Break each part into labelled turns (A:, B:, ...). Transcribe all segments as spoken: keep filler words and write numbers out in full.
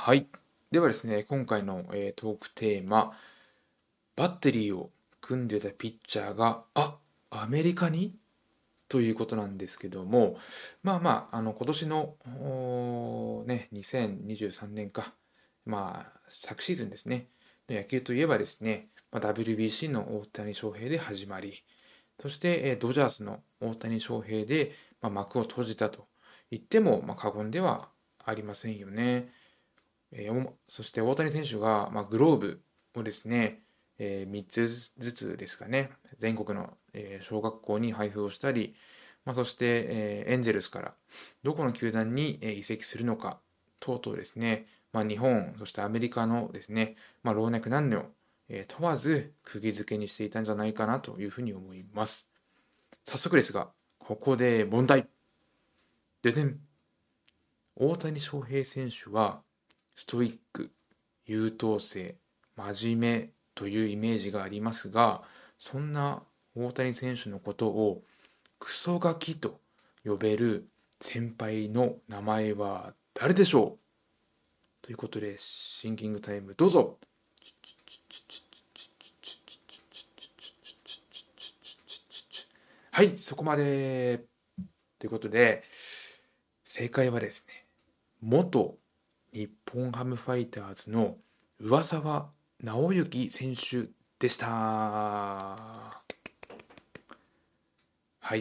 A: はい。ではですね、今回の、えートークテーマ、バッテリーを組んでたピッチャーが、あ、アメリカにということなんですけども、まあまあ、あの今年のおーね、にせんにじゅうさんねんか、まあ、昨シーズンですね、の野球といえばですね、まあ、ダブリュービーシー の大谷翔平で始まり、そして、えードジャースの大谷翔平で、まあ、幕を閉じたと言っても、まあ、過言ではありませんよね。えーそして大谷選手が、まあ、グローブをですね、えーみっつずつですかね、全国の、えー小学校に配布をしたり、まあ、そして、えーエンゼルスからどこの球団に、えー移籍するのか等々ですね、まあ、日本、そしてアメリカのですね、まあ、老若男女、えー問わず釘付けにしていたんじゃないかなというふうに思います。早速ですが、ここで問題。ででん。大谷翔平選手はストイック、優等生、真面目というイメージがありますが、そんな大谷選手のことをクソガキと呼べる先輩の名前は誰でしょう？ということでシンキングタイムどうぞ。はい、そこまで。ということで正解はですね、元日本ハムファイターズの上沢直之選手でした。はい、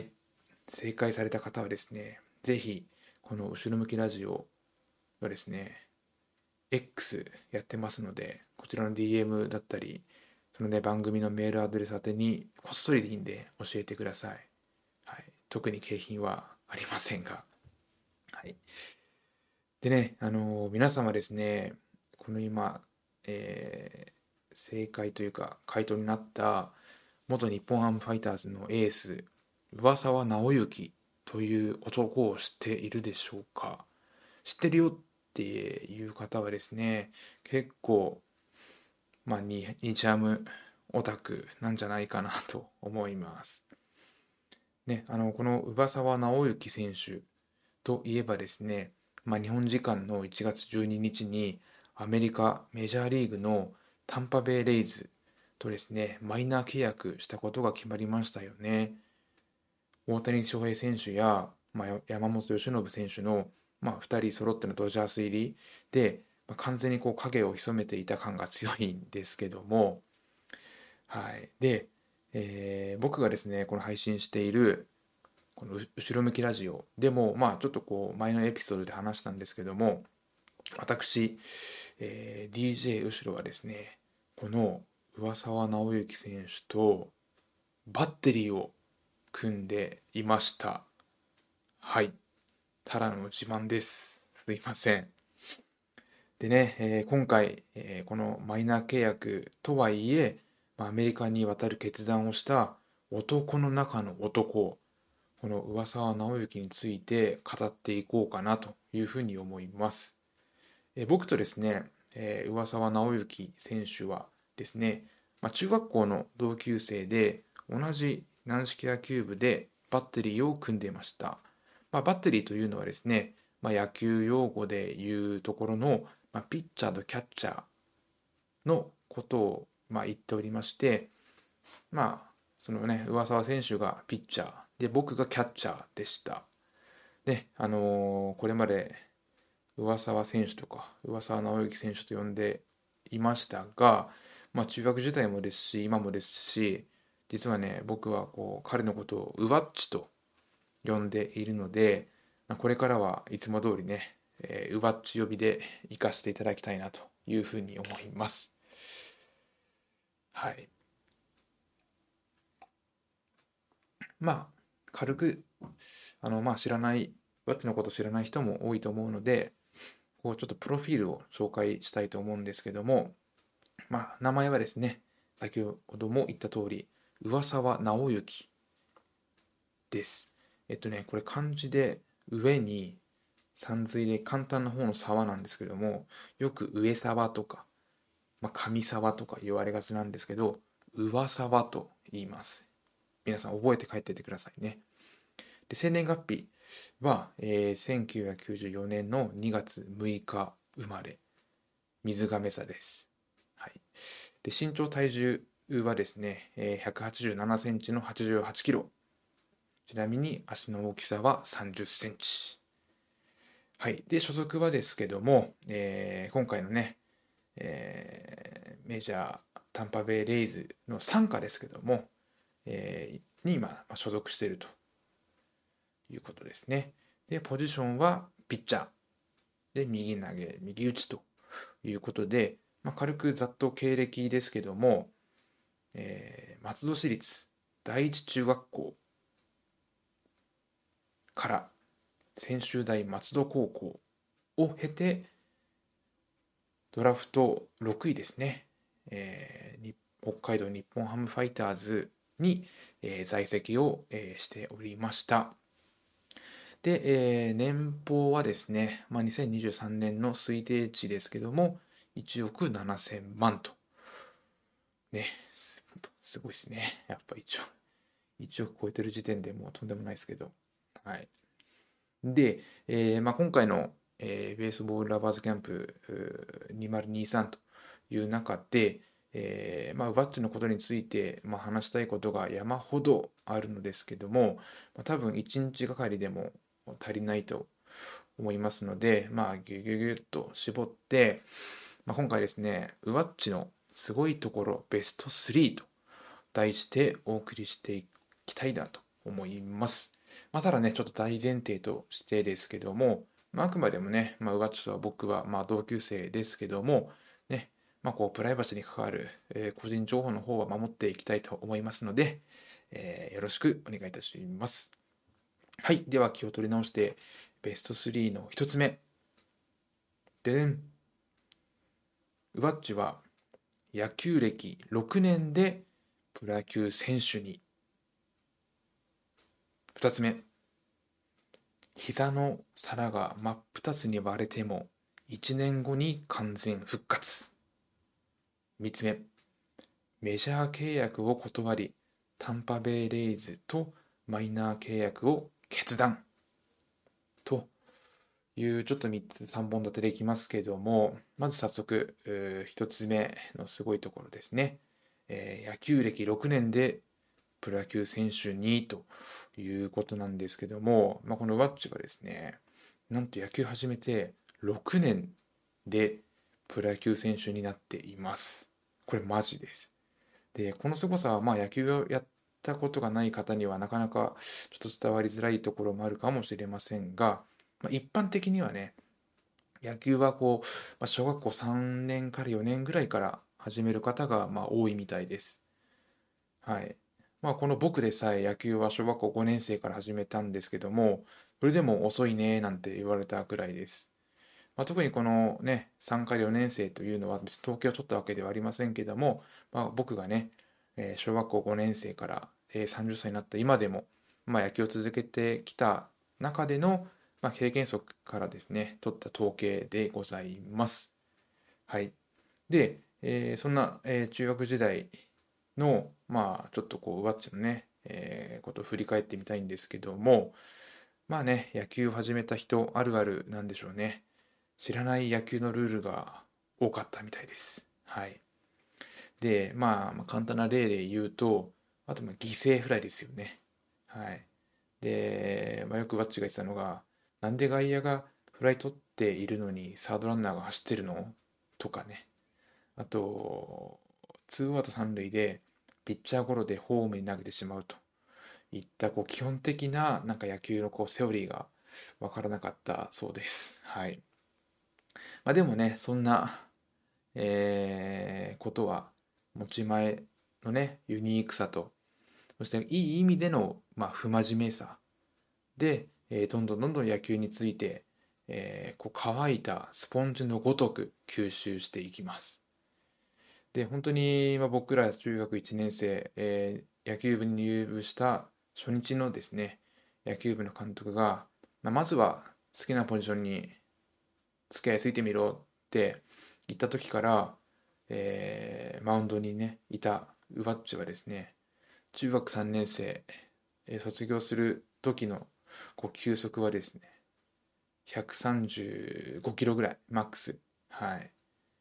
A: 正解された方はですね、ぜひこの後ろ向きラジオはですね、X やってますので、こちらの ディーエム だったり、そのね、番組のメールアドレス宛てにこっそりでいいんで教えてください。はい、特に景品はありませんが。はい。でね、あのー皆様ですね、この今、えー正解というか回答になった元日本ハムファイターズのエース、上沢直之という男を知っているでしょうか？知ってるよっていう方はですね、結構、まあ、に日ハムオタクなんじゃないかなと思います。ね、あの、この上沢直之選手といえばですね、まあ、日本時間のいちがつじゅうににちにアメリカメジャーリーグのタンパベイレイズとですね、マイナー契約したことが決まりましたよね。大谷翔平選手や、まあ、山本由伸選手の、まあ、ふたり揃ってのドジャース入りで、まあ、完全にこう影を潜めていた感が強いんですけども、はい。で、えー僕がですね、この配信しているこの後ろ向きラジオでも、まあちょっとこう前のエピソードで話したんですけども、私、えー ディージェー 後ろはですね、この上沢直之選手とバッテリーを組んでいました。はい。ただの自慢です。すいません。でね、えー今回、えーこのマイナー契約とはいえ、まあアメリカに渡る決断をした男の中の男、この上沢直之について語っていこうかなというふうに思います。え僕とですね、えー上沢直之選手はですね、まあ、中学校の同級生で同じ軟式野球部でバッテリーを組んでいました。まあ、バッテリーというのはですね、まあ、野球用語で言うところの、まあ、ピッチャーとキャッチャーのことを、まあ、言っておりまして、まあ、そのね、上沢選手がピッチャーで僕がキャッチャーでした。で、あのーこれまで上沢選手とか上沢直之選手と呼んでいましたが、まあ、中学時代もですし今もですし、実はね、僕はこう彼のことをウワッチと呼んでいるので、まあ、これからはいつも通りね、えーウワッチ呼びで行かせていただきたいなというふうに思います。はい。まあ軽くあのまあ知らないウワッチのことを知らない人も多いと思うので、こうちょっとプロフィールを紹介したいと思うんですけども、まあ、名前はですね、先ほども言った通り、上沢直之です。えっとね、これ漢字で上に山水で簡単な方の沢なんですけども、よく上沢とか、まあ、上沢とか言われがちなんですけど、上沢と言います。皆さん覚えて帰っていってくださいね。で、生年月日は、えーせんきゅうひゃくきゅうじゅうよねんのにがつむいか生まれ。 水亀座です。はい、で身長体重はですね、ひゃくはちじゅうななセンチのはちじゅうはちキロ。ちなみに足の大きさはさんじゅっセンチ。はい、で所属はですけども、えー、今回のね、えー、メジャータンパベイレイズの傘下ですけども、えー、に今所属しているということですね。でポジションはピッチャーで右投げ右打ちということで、まあ、軽くざっと経歴ですけども、えー、松戸市立第一中学校から専修大松戸高校を経てドラフトろくいですね、えー、北海道日本ハムファイターズに、えー、在籍を、えー、しておりました。で、えー、年俸はですね、まあ、にせんにじゅうさんねんの推定値ですけどもいちおくななせんまんとね、す、すごいですね。やっぱいちおくいちおく超えてる時点でもうとんでもないですけど、はい。で、えーまあ、今回の、えーベースボールラバーズキャンプにせんにじゅうさんという中で、えーまあ、ウバッチのことについて、まあ、話したいことが山ほどあるのですけども、まあ、多分いちにちがかりでも足りないと思いますので、まあ、ギュギュギュッと絞って、まあ、今回ですね、ウバッチのすごいところベストスリーと題してお送りしていきたいなと思います。まあ、ただね、ちょっと大前提としてですけども、まあ、あくまでもね、まあ、ウバッチとは僕はまあ同級生ですけども、ね、まあ、こうプライバシーに関わる、えー個人情報の方は守っていきたいと思いますので、えーよろしくお願いいたします。はい、では気を取り直して、ベストスリーのひとつめ。ででん。ウバッチは野球歴ろくねんでプロ野球選手に。ふたつめ。膝の皿が真っ二つに割れてもいちねんごに完全復活。みっつめ。メジャー契約を断りタンパベイレイズとマイナー契約を決断というちょっとみっつさんぼん立てでいきますけども、まず早速ひとつめのすごいところですね、えー野球歴ろくねんでプロ野球選手にということなんですけども、まあ、このワッチがですね、なんと野球始めてろくねんでプロ野球選手になっています。これマジです。で、この凄さはまあ野球をやったことがない方にはなかなかちょっと伝わりづらいところもあるかもしれませんが、まあ、一般的にはね、野球はこう、まあ、小学校さんねんからよねんぐらいから始める方がまあ多いみたいです。はい。まあ、この僕でさえ野球は小学校ごねん生から始めたんですけども、それでも遅いねなんて言われたくらいです。まあ、特にこのね、さんからよねん生というのは別に統計を取ったわけではありませんけども、まあ、僕がね、えー小学校ごねん生から、えーさんじゅっさいになった今でも、まあ、野球を続けてきた中での、まあ、経験則からですね、取った統計でございます。はい。で、えーそんな、えー中学時代の、まあ、ちょっとこう、ワッチのね、えーことを振り返ってみたいんですけども、まあね、野球を始めた人あるあるなんでしょうね。知らない野球のルールが多かったみたいです。はい。で、まあ、まあ簡単な例で言うと、あと、まあ犠牲フライですよね。はい。で、まあ、よくワッチが言ってたのが、なんで外野がフライ取っているのにサードランナーが走ってるのとかね。あと、ツーアウト三塁でピッチャーゴロでホームに投げてしまうといったこう基本的ななんか野球のこうセオリーが分からなかったそうです。はい。まあ、でもね、そんな、えーことは持ち前のね、ユニークさと、そしていい意味での、まあ、不真面目さで、えーどんどんどんどん野球について、えーこう乾いたスポンジのごとく吸収していきます。で、本当に、まあ、僕ら中学いちねん生、えー野球部に入部した初日のですね、野球部の監督が、まあ、まずは好きなポジションに付き合いついてみろって言った時から、えーマウンドにね、いたウバッチはですね、中学さんねん生、えー卒業する時のこう球速はですね、ひゃくさんじゅうごキロぐらい、マックス。はい。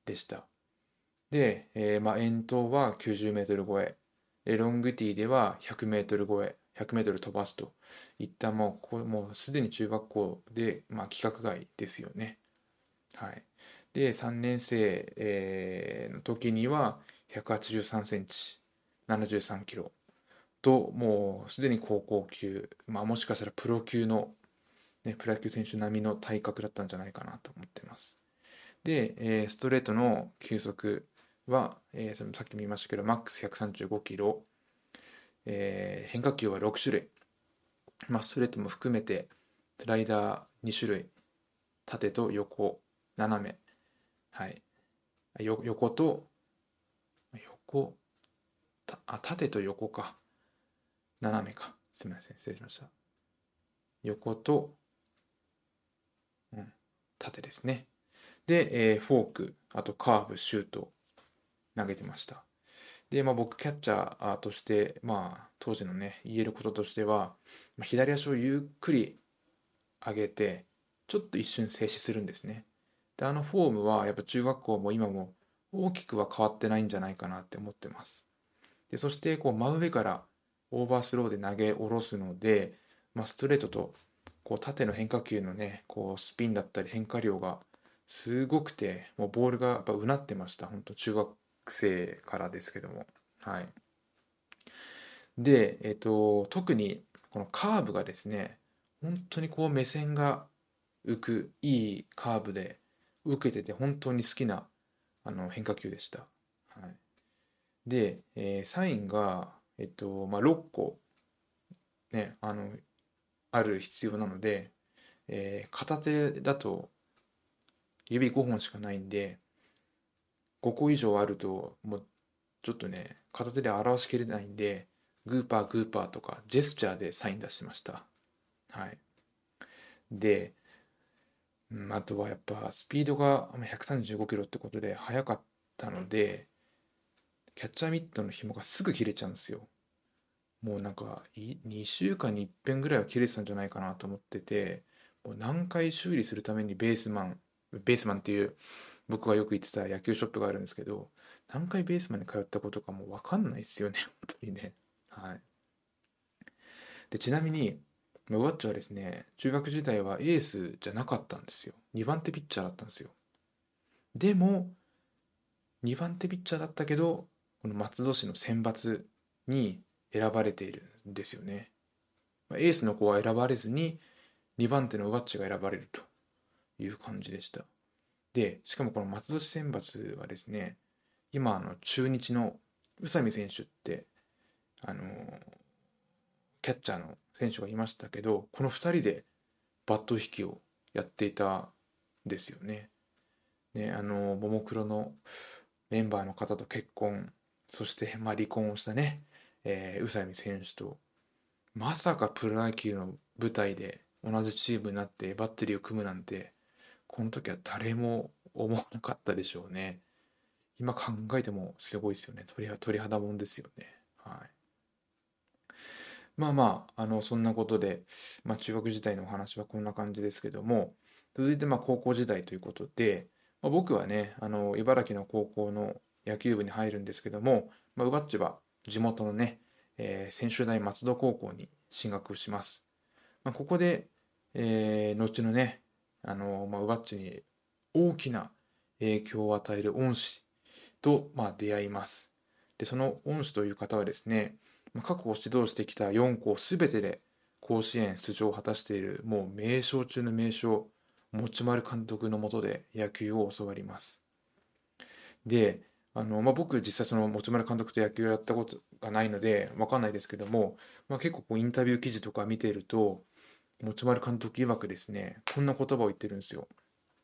A: でした。で、えーまあ、遠投はきゅうじゅうメートル超え、ロングティーではひゃくメートル超え、ひゃくメートル飛ばすといったもう、ここもうすでに中学校で、まあ、規格外ですよね。はい。で、さんねん生、えーの時にはひゃくはちじゅうさんセンチ、ななじゅうさんキロと、もうすでに高校級、まあ、もしかしたらプロ級の、ね、プロ野球選手並みの体格だったんじゃないかなと思ってます。で、えーストレートの球速は、えーそのさっきも言いましたけど、マックスひゃくさんじゅうごキロ、えー変化球はろく種類、まあ、ストレートも含めて、スライダーに種類、縦と横、斜め、はい、よ横と、横、たあ、縦と横か、斜めか、すみません、失礼しました。横と、うん、縦ですね。で、えーフォーク、あとカーブ、シュート投げてました。で、まあ、僕、キャッチャーとして、まあ、当時のね、言えることとしては、まあ、左足をゆっくり上げて、ちょっと一瞬静止するんですね。で、あのフォームは、やっぱ中学校も今も大きくは変わってないんじゃないかなって思ってます。で、そして、こう、真上からオーバースローで投げ下ろすので、まあ、ストレートと、こう、縦の変化球のね、こう、スピンだったり変化量がすごくて、もうボールがやっぱうなってました。本当中学生からですけども。はい。で、えっと、特にこのカーブがですね、本当にこう目線が浮くいいカーブで受けてて本当に好きなあの変化球でした。はい、で、えーサインが、えっとまあ、ろっこ、ね、あのある必要なので、えー片手だと指ごほんしかないんでごこ以上あるともうちょっとね片手で表しきれないんでグーパーグーパーとかジェスチャーでサイン出しました。はい。で、うん、あとはやっぱスピードがひゃくさんじゅうごキロってことで速かったので、キャッチャーミットの紐がすぐ切れちゃうんですよ。もうなんかにしゅうかんにいっぺんぐらいは切れてたんじゃないかなと思ってて、もう何回修理するためにベースマン、ベースマンっていう僕がよく行ってた野球ショップがあるんですけど、何回ベースマンに通ったことかもう分かんないですよね、本当にね。はい。で、ちなみに、ウォッチはですね、中学時代はエースじゃなかったんですよ。にばん手ピッチャーだったんですよ。でも、にばん手ピッチャーだったけど、この松戸市の選抜に選ばれているんですよね。エースの子は選ばれずに、にばん手のウワッチが選ばれるという感じでした。で、しかもこの松戸市選抜はですね、今、あの中日の宇佐美選手って、あのキャッチャーの選手がいましたけど、このふたりでバット引きをやっていたんですよね。ね、あの、ももクロのメンバーの方と結婚、そしてまあ離婚をしたね、えー宇佐美選手と、まさかプロ野球の舞台で同じチームになってバッテリーを組むなんて、この時は誰も思わなかったでしょうね。今考えてもすごいですよね。鳥鳥肌もんですよね。はい。まあまあ、あの、そんなことで、まあ中学時代のお話はこんな感じですけども、続いてまあ高校時代ということで、まあ、僕はね、あの、茨城の高校の野球部に入るんですけども、まあ、ウバッチは地元のね、えー専修大松戸高校に進学します。まあ、ここで、えー後のね、あの、まあ、ウバッチに大きな影響を与える恩師と、まあ、出会います。で、その恩師という方はですね、過去を指導してきたよん校すべてで甲子園出場を果たしているもう名将中の名将、持丸監督のもとで野球を教わります。で、あのまあ、僕実際その持丸監督と野球をやったことがないので分かんないですけども、まあ、結構こうインタビュー記事とか見ていると持丸監督曰くですね、こんな言葉を言ってるんですよ。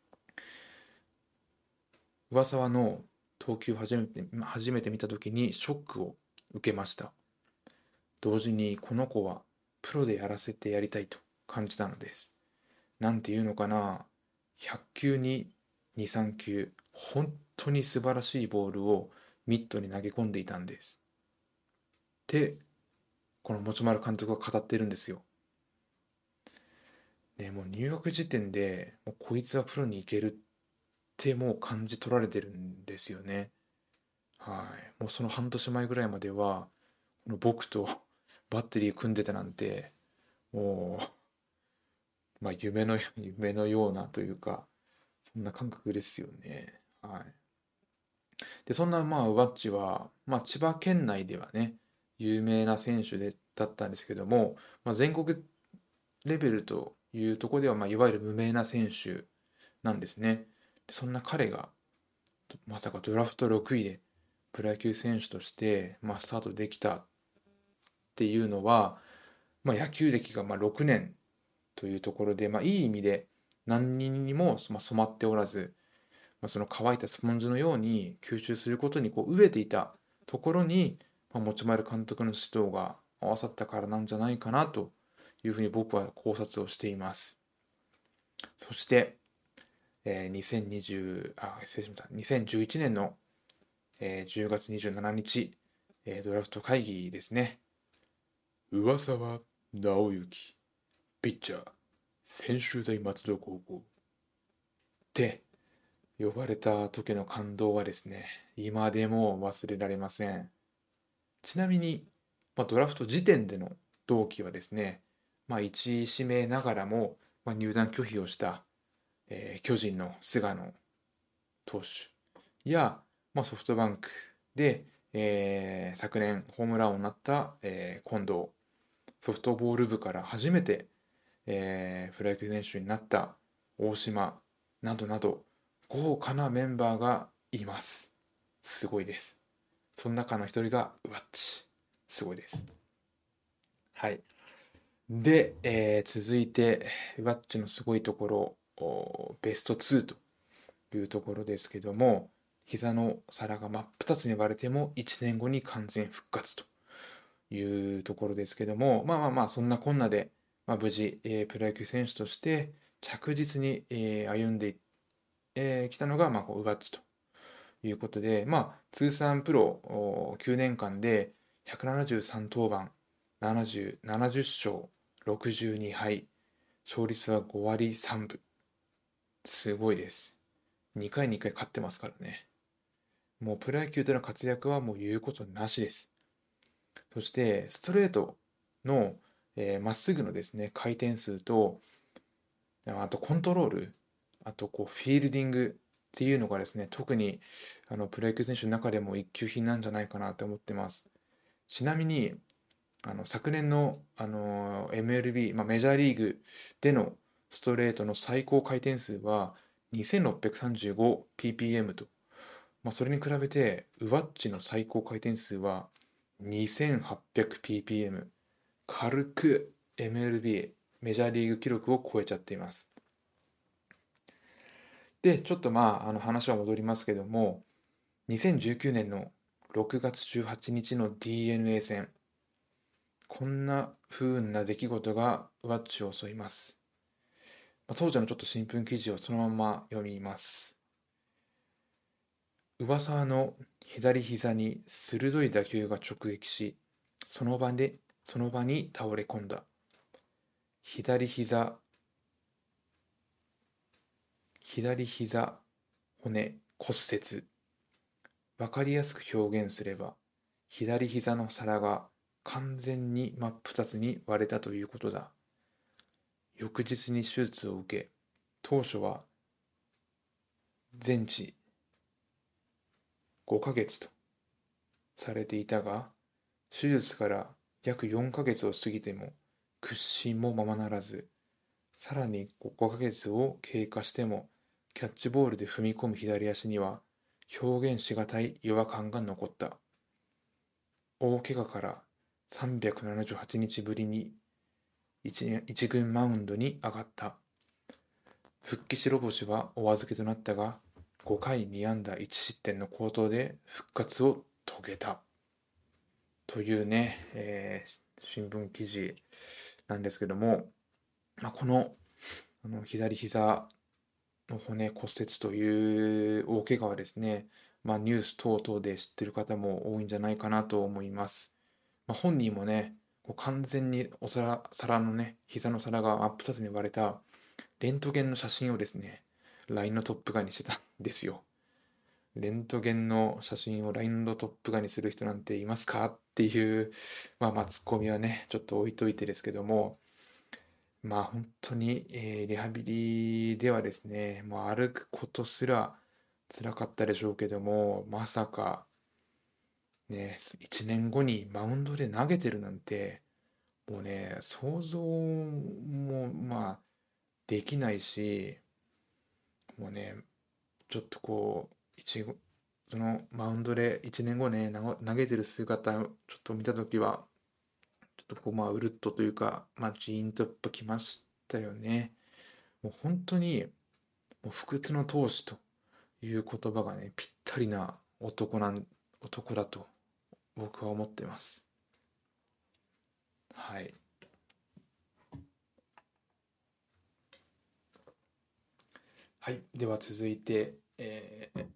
A: 上沢の投球を初めて初めて見た時にショックを受けました。同時にこの子はプロでやらせてやりたいと感じたのです。なんていうのかな、ひゃっ球にに、さん球、本当に素晴らしいボールをミットに投げ込んでいたんです。ってこの持丸監督が語ってるんですよ。ね、もう入学時点でもうこいつはプロに行けるってもう感じ取られてるですよね。はい。もうその半年前ぐらいまでは、この僕とバッテリー組んでたなんて、もう、まあ夢の、夢のようなというか、そんな感覚ですよね。はい。で、そんなまあ、ウバッチは、まあ千葉県内ではね、有名な選手で、だったんですけども、まあ、全国レベルというところでは、まあ、いわゆる無名な選手なんですね。そんな彼が、まさかドラフトろくいでプロ野球選手として、まあ、スタートできたっていうのは、まあ、野球歴がまあろくねんというところで、まあ、いい意味で何人にもまあ染まっておらず、まあ、その乾いたスポンジのように吸収することにこう飢えていたところに、まあ、持丸監督の指導が合わさったからなんじゃないかなというふうに僕は考察をしています。そして、えー、にせんにじゅうあ失礼しましたにせんじゅういちねんの、えー、じゅうがつにじゅうしちにち、えー、ドラフト会議ですね。上沢直之ピッチャー専修大松戸高校って呼ばれた時の感動はですね、今でも忘れられません。ちなみに、まあ、ドラフト時点での同期はですね、まあ、いちい指名ながらも、まあ、入団拒否をした、えー巨人の菅野投手や、まあ、ソフトバンクで、えー昨年ホームランをなった、えー近藤、ソフトボール部から初めて、えープロ野球選手になった大島などなど豪華なメンバーがいます。すごいです。その中の一人がウワッチ。すごいです。はい。で、えー続いて、ウワッチのすごいところ、ベストにというところですけども、膝の皿が真っ二つに割れてもいちねんごに完全復活というところですけども、まあまあまあ、そんなこんなで、まあ、無事、えープロ野球選手として着実に、えー歩んでき、えーたのが、まあ、こうウバッチということで、まあ、通算プロきゅうねんかんでひゃくななじゅうさん登板、ななじゅう、ななじゅっしょう、ろくじゅうにはい、勝率はごわりさんぶ。すごいです。にかいにかい勝ってますからね。もうプロ野球での活躍はもう言うことなしです。そしてストレートのえーまっすぐのですね回転数と、あとコントロール、あとこうフィールディングっていうのがですね、特にあのプロ野球選手の中でも一級品なんじゃないかなと思ってます。ちなみにあの昨年の、あの エムエルビー、まあ、メジャーリーグでのストレートの最高回転数は にせんろっぴゃくさんじゅうごピーピーエム と、まあ、それに比べてウワッチの最高回転数は にせんはっぴゃくピーピーエム、 軽く エムエルビー メジャーリーグ記録を超えちゃっています。でちょっとまああの話は戻りますけども、にせんじゅうきゅうねんのろくがつじゅうはちにちの ディーエヌエー 戦、こんな不運な出来事がワッチを襲います。まあ当時のちょっと新聞記事をそのまま読みます。噂の左膝に鋭い打球が直撃し、その場でその場に倒れ込んだ。左膝左膝骨骨折。わかりやすく表現すれば、左膝の皿が完全に真っ二つに割れたということだ。翌日に手術を受け、当初は全治ごかげつとされていたが、手術から約よんかげつを過ぎても屈伸もままならず、さらにごかげつを経過してもキャッチボールで踏み込む左足には表現しがたい違和感が残った。大怪我からさんびゃくななじゅうはちにちぶりに 1, 一軍マウンドに上がった。復帰白星はお預けとなったが、ごかいに安打いち失点の好投で復活を遂げた。というね、えー新聞記事なんですけども、まあ、このあの左膝の骨骨折という大怪我はですね、まあ、ニュース等々で知ってる方も多いんじゃないかなと思います。まあ、本人もね、こう完全にお皿、皿のね、膝の皿が真っ二つに割れたレントゲンの写真をですね、ライン のトップ画にしてたんですよ。 レントゲンの写真を ライン のトップ画にする人なんていますかっていう、まあまあツッコミはね、ちょっと置いといてですけども、まあ本当に、えーリハビリではですね、もう歩くことすら辛かったでしょうけども、まさかね、いちねんごにマウンドで投げてるなんて、もうね、想像もまあできないし、もうね、ちょっとこう、いちごそのマウンドでいちねんごね、なご投げてる姿をちょっと見たときは、ちょっとこう、まあ、うるっとというか、まあ、ジーンとやっぱきましたよね。もう本当に、もう不屈の闘志という言葉がね、ぴったりな男なん、男だと僕は思ってます。はい。はい。では続いて、えー、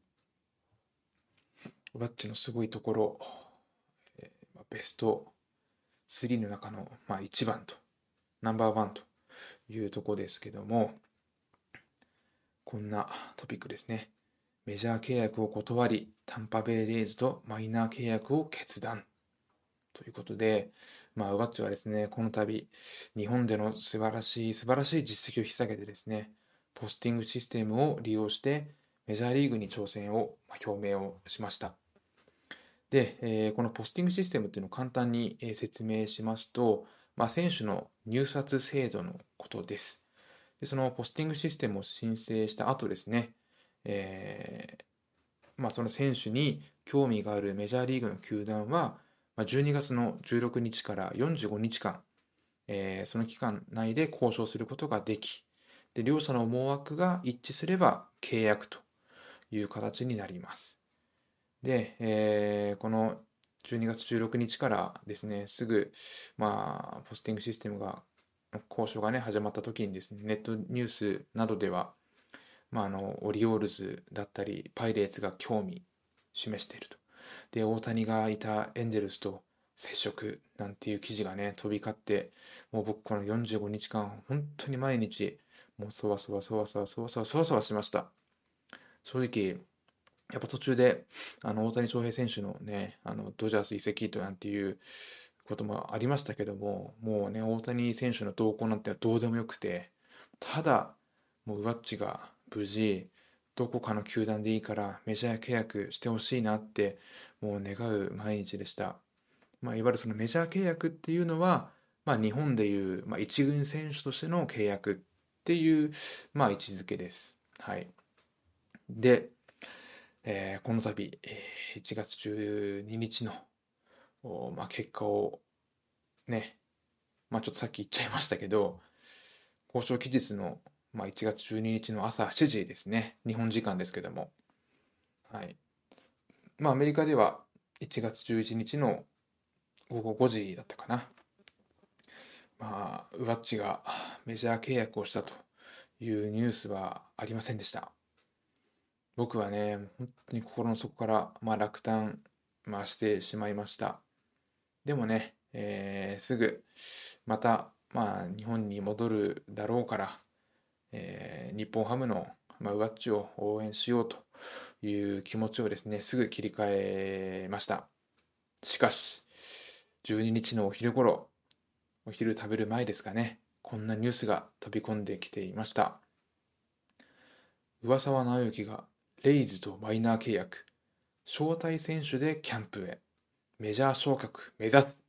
A: バッチのすごいところ、えーベストスリーの中の、まあ、いちばんと、ナンバーワンというところですけども、こんなトピックですね。メジャー契約を断り、タンパベイレイズとマイナー契約を決断。ということで、まあ、ウバッチはですね、この度、日本での素晴らしい、素晴らしい実績を引き下げてですね、ポスティングシステムを利用して、メジャーリーグに挑戦を表明をしました。で、えーこのポスティングシステムっていうのを簡単に説明しますと、まあ、選手の入札制度のことです。で、そのポスティングシステムを申請した後ですね、えーまあ、その選手に興味があるメジャーリーグの球団は、まあ、じゅうにがつのじゅうろくにちからよんじゅうごにちかん、えーその期間内で交渉することができ、で、両者の思惑が一致すれば契約という形になります。で、えーこのじゅうにがつじゅうろくにちからですね、すぐ、まあ、ポスティングシステムが、交渉がね、始まった時にですね、ネットニュースなどでは、まあ、あの、オリオールズだったり、パイレーツが興味示していると。で、大谷がいたエンゼルスと接触なんていう記事がね、飛び交って、もう僕このよんじゅうごにちかん、本当に毎日、もうそわそわそわそわそわそわそわそわしました。正直、やっぱ途中で、あの、大谷翔平選手のね、あの、ドジャース移籍となんていうこともありましたけども、もうね、大谷選手の動向なんてどうでもよくて、ただ、もうウワッチが無事、どこかの球団でいいからメジャー契約してほしいなって、もう願う毎日でした。まあ、いわゆるそのメジャー契約っていうのは、まあ、日本でいう、まあ、一軍選手としての契約っていう、まあ、位置づけです。はい。で、えーこの度、えーいちがつじゅうににちの、おまあ、結果をね、まあ、ちょっとさっき言っちゃいましたけど、交渉期日の、まあ、いちがつじゅうににちの朝しちじですね、日本時間ですけども、はい。まあ、アメリカではいちがつじゅういちにちのごごごじだったかな。まあ、ウワッチがメジャー契約をしたというニュースはありませんでした。僕はね、本当に心の底から、まあ、落胆、まあ、してしまいました。でもね、えーすぐまた、まあ、日本に戻るだろうから、えー日本ハムの、まあ、ウワッチを応援しようという気持ちをですね、すぐ切り替えました。しかし、じゅうににちのお昼頃、お昼食べる前ですかね、こんなニュースが飛び込んできていました。上沢直之がレイズとマイナー契約、招待選手でキャンプへ、メジャー昇格目指す。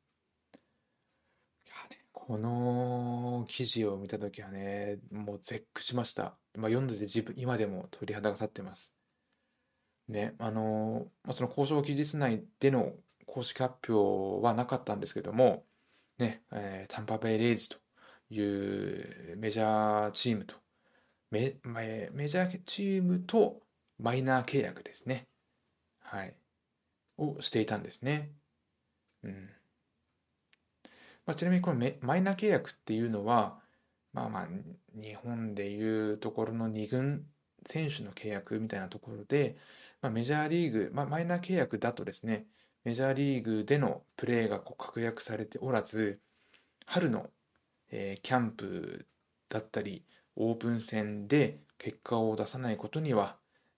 A: この記事を見たときはね、もう絶句しました。まあ、読んでて自分、今でも鳥肌が立ってます。ね、あのまあ、その交渉期日内での公式発表はなかったんですけども、ね、えータンパベイレイズというメジャーチームと、メ、メメジャーチームとマイナー契約ですね。はい。をしていたんですね。うん。まあ、ちなみにこのメマイナー契約っていうのは、まあまあ、日本でいうところのに軍選手の契約みたいなところで、まあ、メジャーリーグ、まあ、マイナー契約だとですね、メジャーリーグでのプレーがこう確約されておらず、春の、えーキャンプだったり、オープン戦で結果を出さないことには、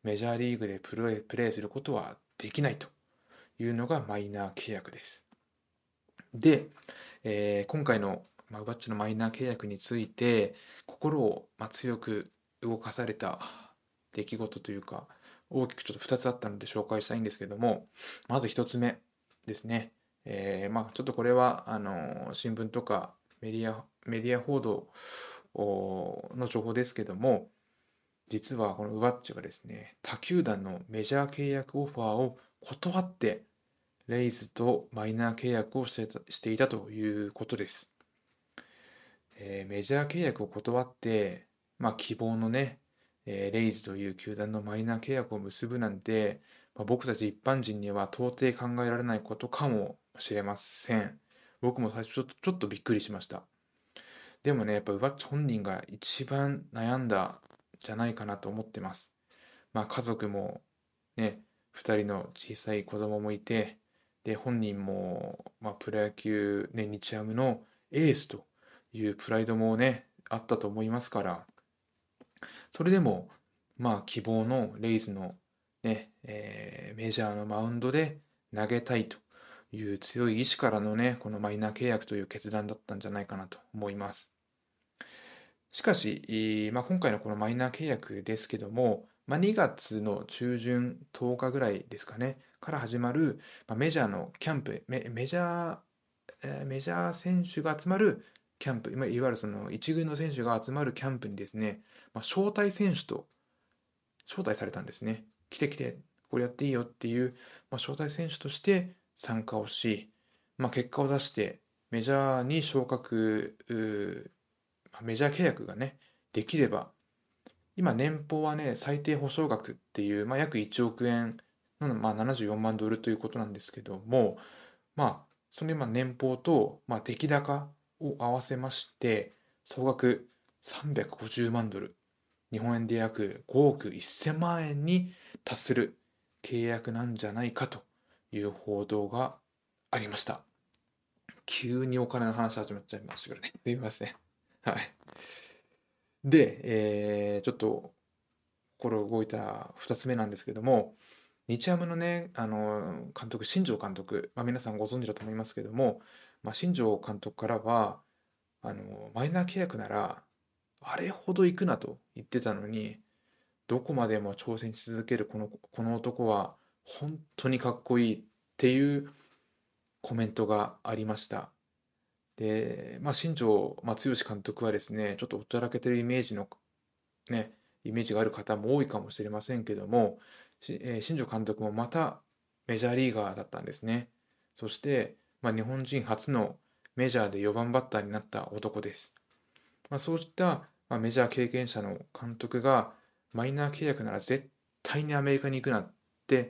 A: メジャーリーグでプレー、プレーすることはできないというのがマイナー契約です。で、えー今回の、まあ、ウバッチのマイナー契約について心を、まあ、強く動かされた出来事というか、大きくちょっとふたつあったので紹介したいんですけども、まずひとつめですね。えーまあ、ちょっとこれはあの新聞とかメディアメディア報道の情報ですけども、実はこのウバッチがですね、他球団のメジャー契約オファーを断ってレイズとマイナー契約をしてたしていたということです。えーメジャー契約を断って、まあ、希望のね、えーレイズという球団のマイナー契約を結ぶなんて、まあ、僕たち一般人には到底考えられないことかもしれません。僕も最初ちょっとちょっとびっくりしました。でもね、やっぱウバッチ本人が一番悩んだじゃないかなと思ってます。まあ家族もね、ふたりの小さい子供もいて、で、本人も、まあ、プロ野球、ね、日ハムのエースというプライドもね、あったと思いますから、それでも、まあ希望のレイズのね、えーメジャーのマウンドで投げたいという強い意志からのね、このマイナー契約という決断だったんじゃないかなと思います。しかし、まあ、今回のこのマイナー契約ですけども、まあ、にがつの中旬とおかぐらいですかね、から始まる、まあ、メジャーのキャンプ、メ、メジャー、えーメジャー選手が集まるキャンプ、まあいわゆるその一軍の選手が集まるキャンプにですね、まあ、招待選手と招待されたんですね。来て来て、これやっていいよっていう、まあ、招待選手として参加をし、まあ、結果を出してメジャーに昇格、メジャー契約がね、できれば、今年俸はね、最低保証額っていう、まあ、約いちおく円の、まあ、ななじゅうよんまんドルということなんですけども、まあ、その今年俸と、まあ、出来高を合わせまして、総額さんびゃくごじゅうまんドル、日本円で約ごおくせんまん円に達する契約なんじゃないかという報道がありました。急にお金の話始まっちゃいましたけどね。すみません。はい。で、えーちょっと心動いたふたつめなんですけども、日ハムのね、あの監督、新庄監督、まあ、皆さんご存知だと思いますけども、まあ、新庄監督からは、あのマイナー契約なら、あれほど行くなと言ってたのに、どこまでも挑戦し続けるこの、この男は、本当にかっこいいっていうコメントがありました。で、まあ、新庄、まあ、剛監督はですね、ちょっとおちゃらけてるイメージのね、イメージがある方も多いかもしれませんけども、しえー新庄監督もまたメジャーリーガーだったんですね。そして、まあ、日本人初のメジャーでよばんバッターになった男です。まあ、そうした、まあ、メジャー経験者の監督がマイナー契約なら絶対にアメリカに行くなって、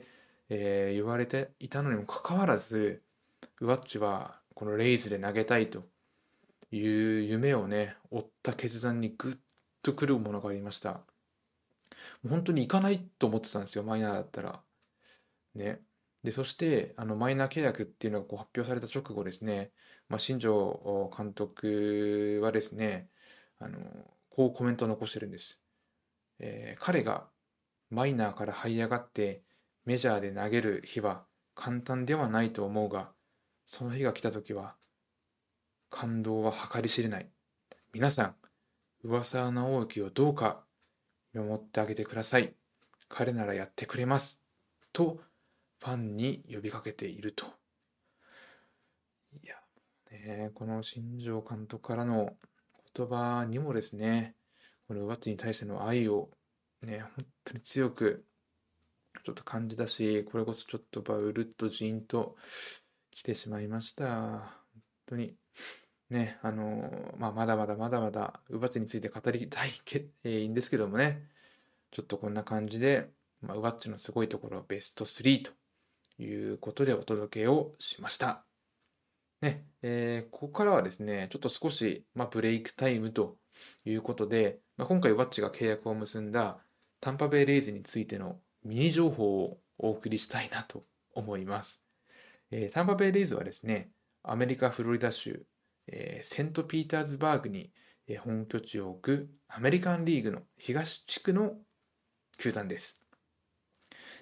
A: えー言われていたのにもかかわらず、ウワッチはこのレイズで投げたいという夢をね、追った決断にグッとくるものがありました。本当に行かないと思ってたんですよ、マイナーだったら。ね。で、そして、あの、マイナー契約っていうのがこう発表された直後ですね、まあ、新庄監督はですね、あの、こうコメントを残してるんです。えー彼がマイナーから這い上がってメジャーで投げる日は簡単ではないと思うが、その日が来た時は感動は計り知れない。皆さん、上沢直之をどうか見守ってあげてください。彼ならやってくれます。と、ファンに呼びかけていると。いや、ね、この新庄監督からの言葉にもですね、この上手に対しての愛をね、本当に強くちょっと感じたし、これこそちょっとバウルッとジーンと来てしまいました。本当に。ね、あの、まあ、まだまだまだまだ、ウバチについて語りたいけ、えーいいんですけどもね、ちょっとこんな感じで、まあ、ウバッチのすごいところベストスリーということでお届けをしました。ね、えーここからはですね、ちょっと少し、まあ、ブレイクタイムということで、まあ、今回ウバッチが契約を結んだタンパベイレイズについてのミニ情報をお送りしたいなと思います。えータンパベイレイズはですね、アメリカ・フロリダ州、えーセントピーターズバーグにえー本拠地を置くアメリカンリーグの東地区の球団です。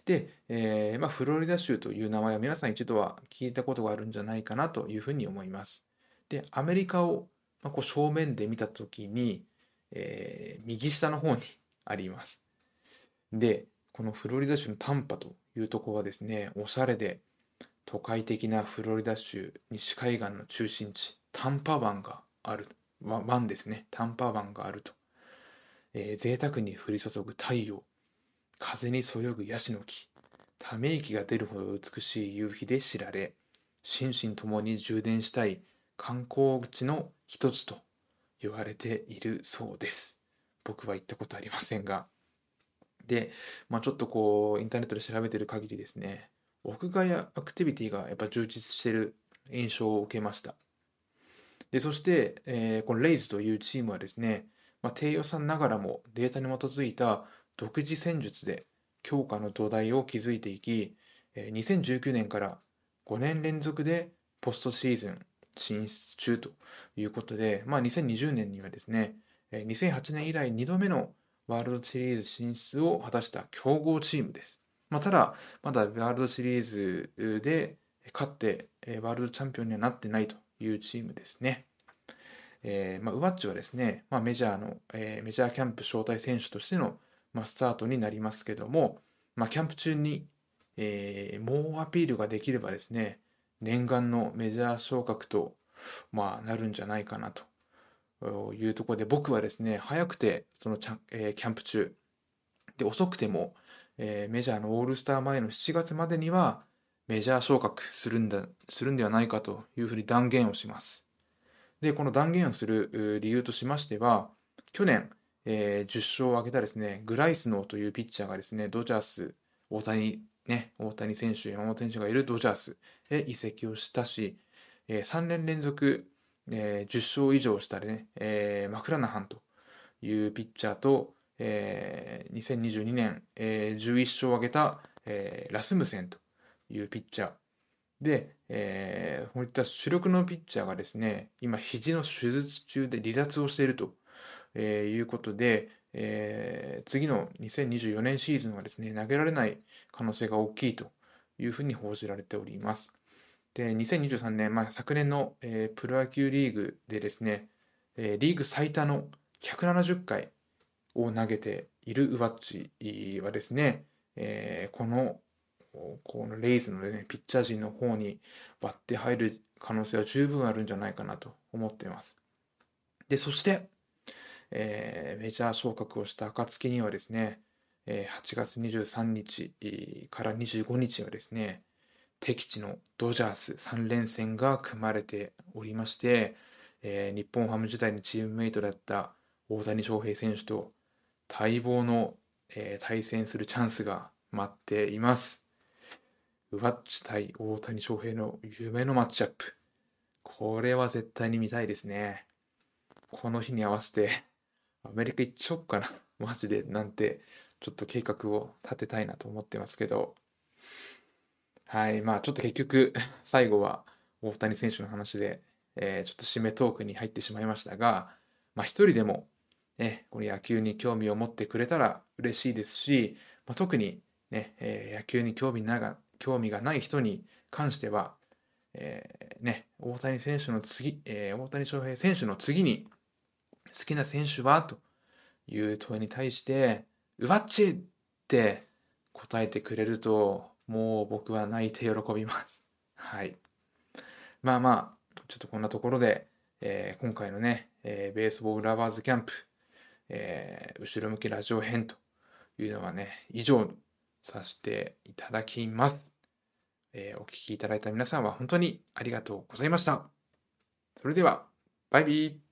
A: で、えーまあ、フロリダ州という名前は皆さん一度は聞いたことがあるんじゃないかなというふうに思います。で、アメリカを、まあ、こう正面で見たときに、えー右下の方にあります。で、このフロリダ州のタンパというところはですね、おしゃれで都会的なフロリダ州西海岸の中心地、タンパ湾がある。わ湾ですね。タンパ湾があると。えー贅沢に降り注ぐ太陽、風にそよぐヤシの木、ため息が出るほど美しい夕日で知られ、心身ともに充電したい観光地の一つと言われているそうです。僕は行ったことありませんが。で、まあ、ちょっとこう、インターネットで調べてる限りですね、屋外アクティビティがやっぱ充実している印象を受けました。で、そして、えーこのレイズというチームはですね、まあ、低予算ながらもデータに基づいた独自戦術で強化の土台を築いていき、えーにせんじゅうきゅうねんからごねん連続でポストシーズン進出中ということで、まあ、にせんにじゅうねんにはですね、えーにせんはちねん以来にどめのワールドシリーズ進出を果たした強豪チームです。まあ、ただ、まだワールドシリーズで勝ってえーワールドチャンピオンにはなってないというチームですね。えーまあ、ウワッチはですね、まあ、メジャーの、えーメジャーキャンプ招待選手としての、まあ、スタートになりますけども、まあ、キャンプ中に、えー猛アピールができればですね、念願のメジャー昇格と、まあ、なるんじゃないかなというところで、僕はですね、早くてそのチャ、えーキャンプ中で、遅くても、えーメジャーのオールスター前のしちがつまでにはメジャー昇格するんだ、するんではないかというふうに断言をします。で、この断言をする理由としましては、去年、えーじゅっ勝を挙げたですね、グライスノーというピッチャーがですね、ドジャース、大谷、ね、大谷選手、山本選手がいるドジャースへ移籍をしたし、えーさんねん連続、えーじゅっ勝以上したね、えーマクラナハンというピッチャーと、えーにせんにじゅうにねん、えーじゅういち勝を挙げた、えーラスムセンというピッチャー、で、えーこういった主力のピッチャーがですね、今、肘の手術中で離脱をしていると、えーいうことで、えー次のにせんにじゅうよねんシーズンはですね、投げられない可能性が大きいというふうに報じられております。で、にせんにじゅうさんねん、まあ、昨年の、えープロ野球リーグでですね、えーリーグ最多のひゃくななじゅっかいを投げているウバッチはですね、えーこのこのレイズの、ね、ピッチャー陣の方に割って入る可能性は十分あるんじゃないかなと思っています。で、そして、えーメジャー昇格をした暁にはですね、えーはちがつにじゅうさんにちからにじゅうごにちはですね、敵地のドジャースさん連戦が組まれておりまして、えー日本ハム時代にチームメイトだった大谷翔平選手と待望の、えー対戦するチャンスが待っています。ウバッチ対大谷翔平の夢のマッチアップ。これは絶対に見たいですね。この日に合わせてアメリカ行っちゃおっかな。マジでなんてちょっと計画を立てたいなと思ってますけど。はい。まあちょっと結局最後は大谷選手の話で、えーちょっと締めトークに入ってしまいましたが、まあ一人でもね、この野球に興味を持ってくれたら嬉しいですし、まあ、特にね、えー野球に興味なが興味がない人に関しては、えーね、大谷選手の次、えー大谷翔平選手の次に好きな選手はという問いに対して、うわっちって答えてくれると、もう僕は泣いて喜びます。はい。まあまあ、ちょっとこんなところで、えー今回のね、えーベースボールラバーズキャンプ、えー後ろ向きラジオ編というのはね、以上させていただきます。えーお聞きいただいた皆さんは本当にありがとうございました。それでは、バイビー。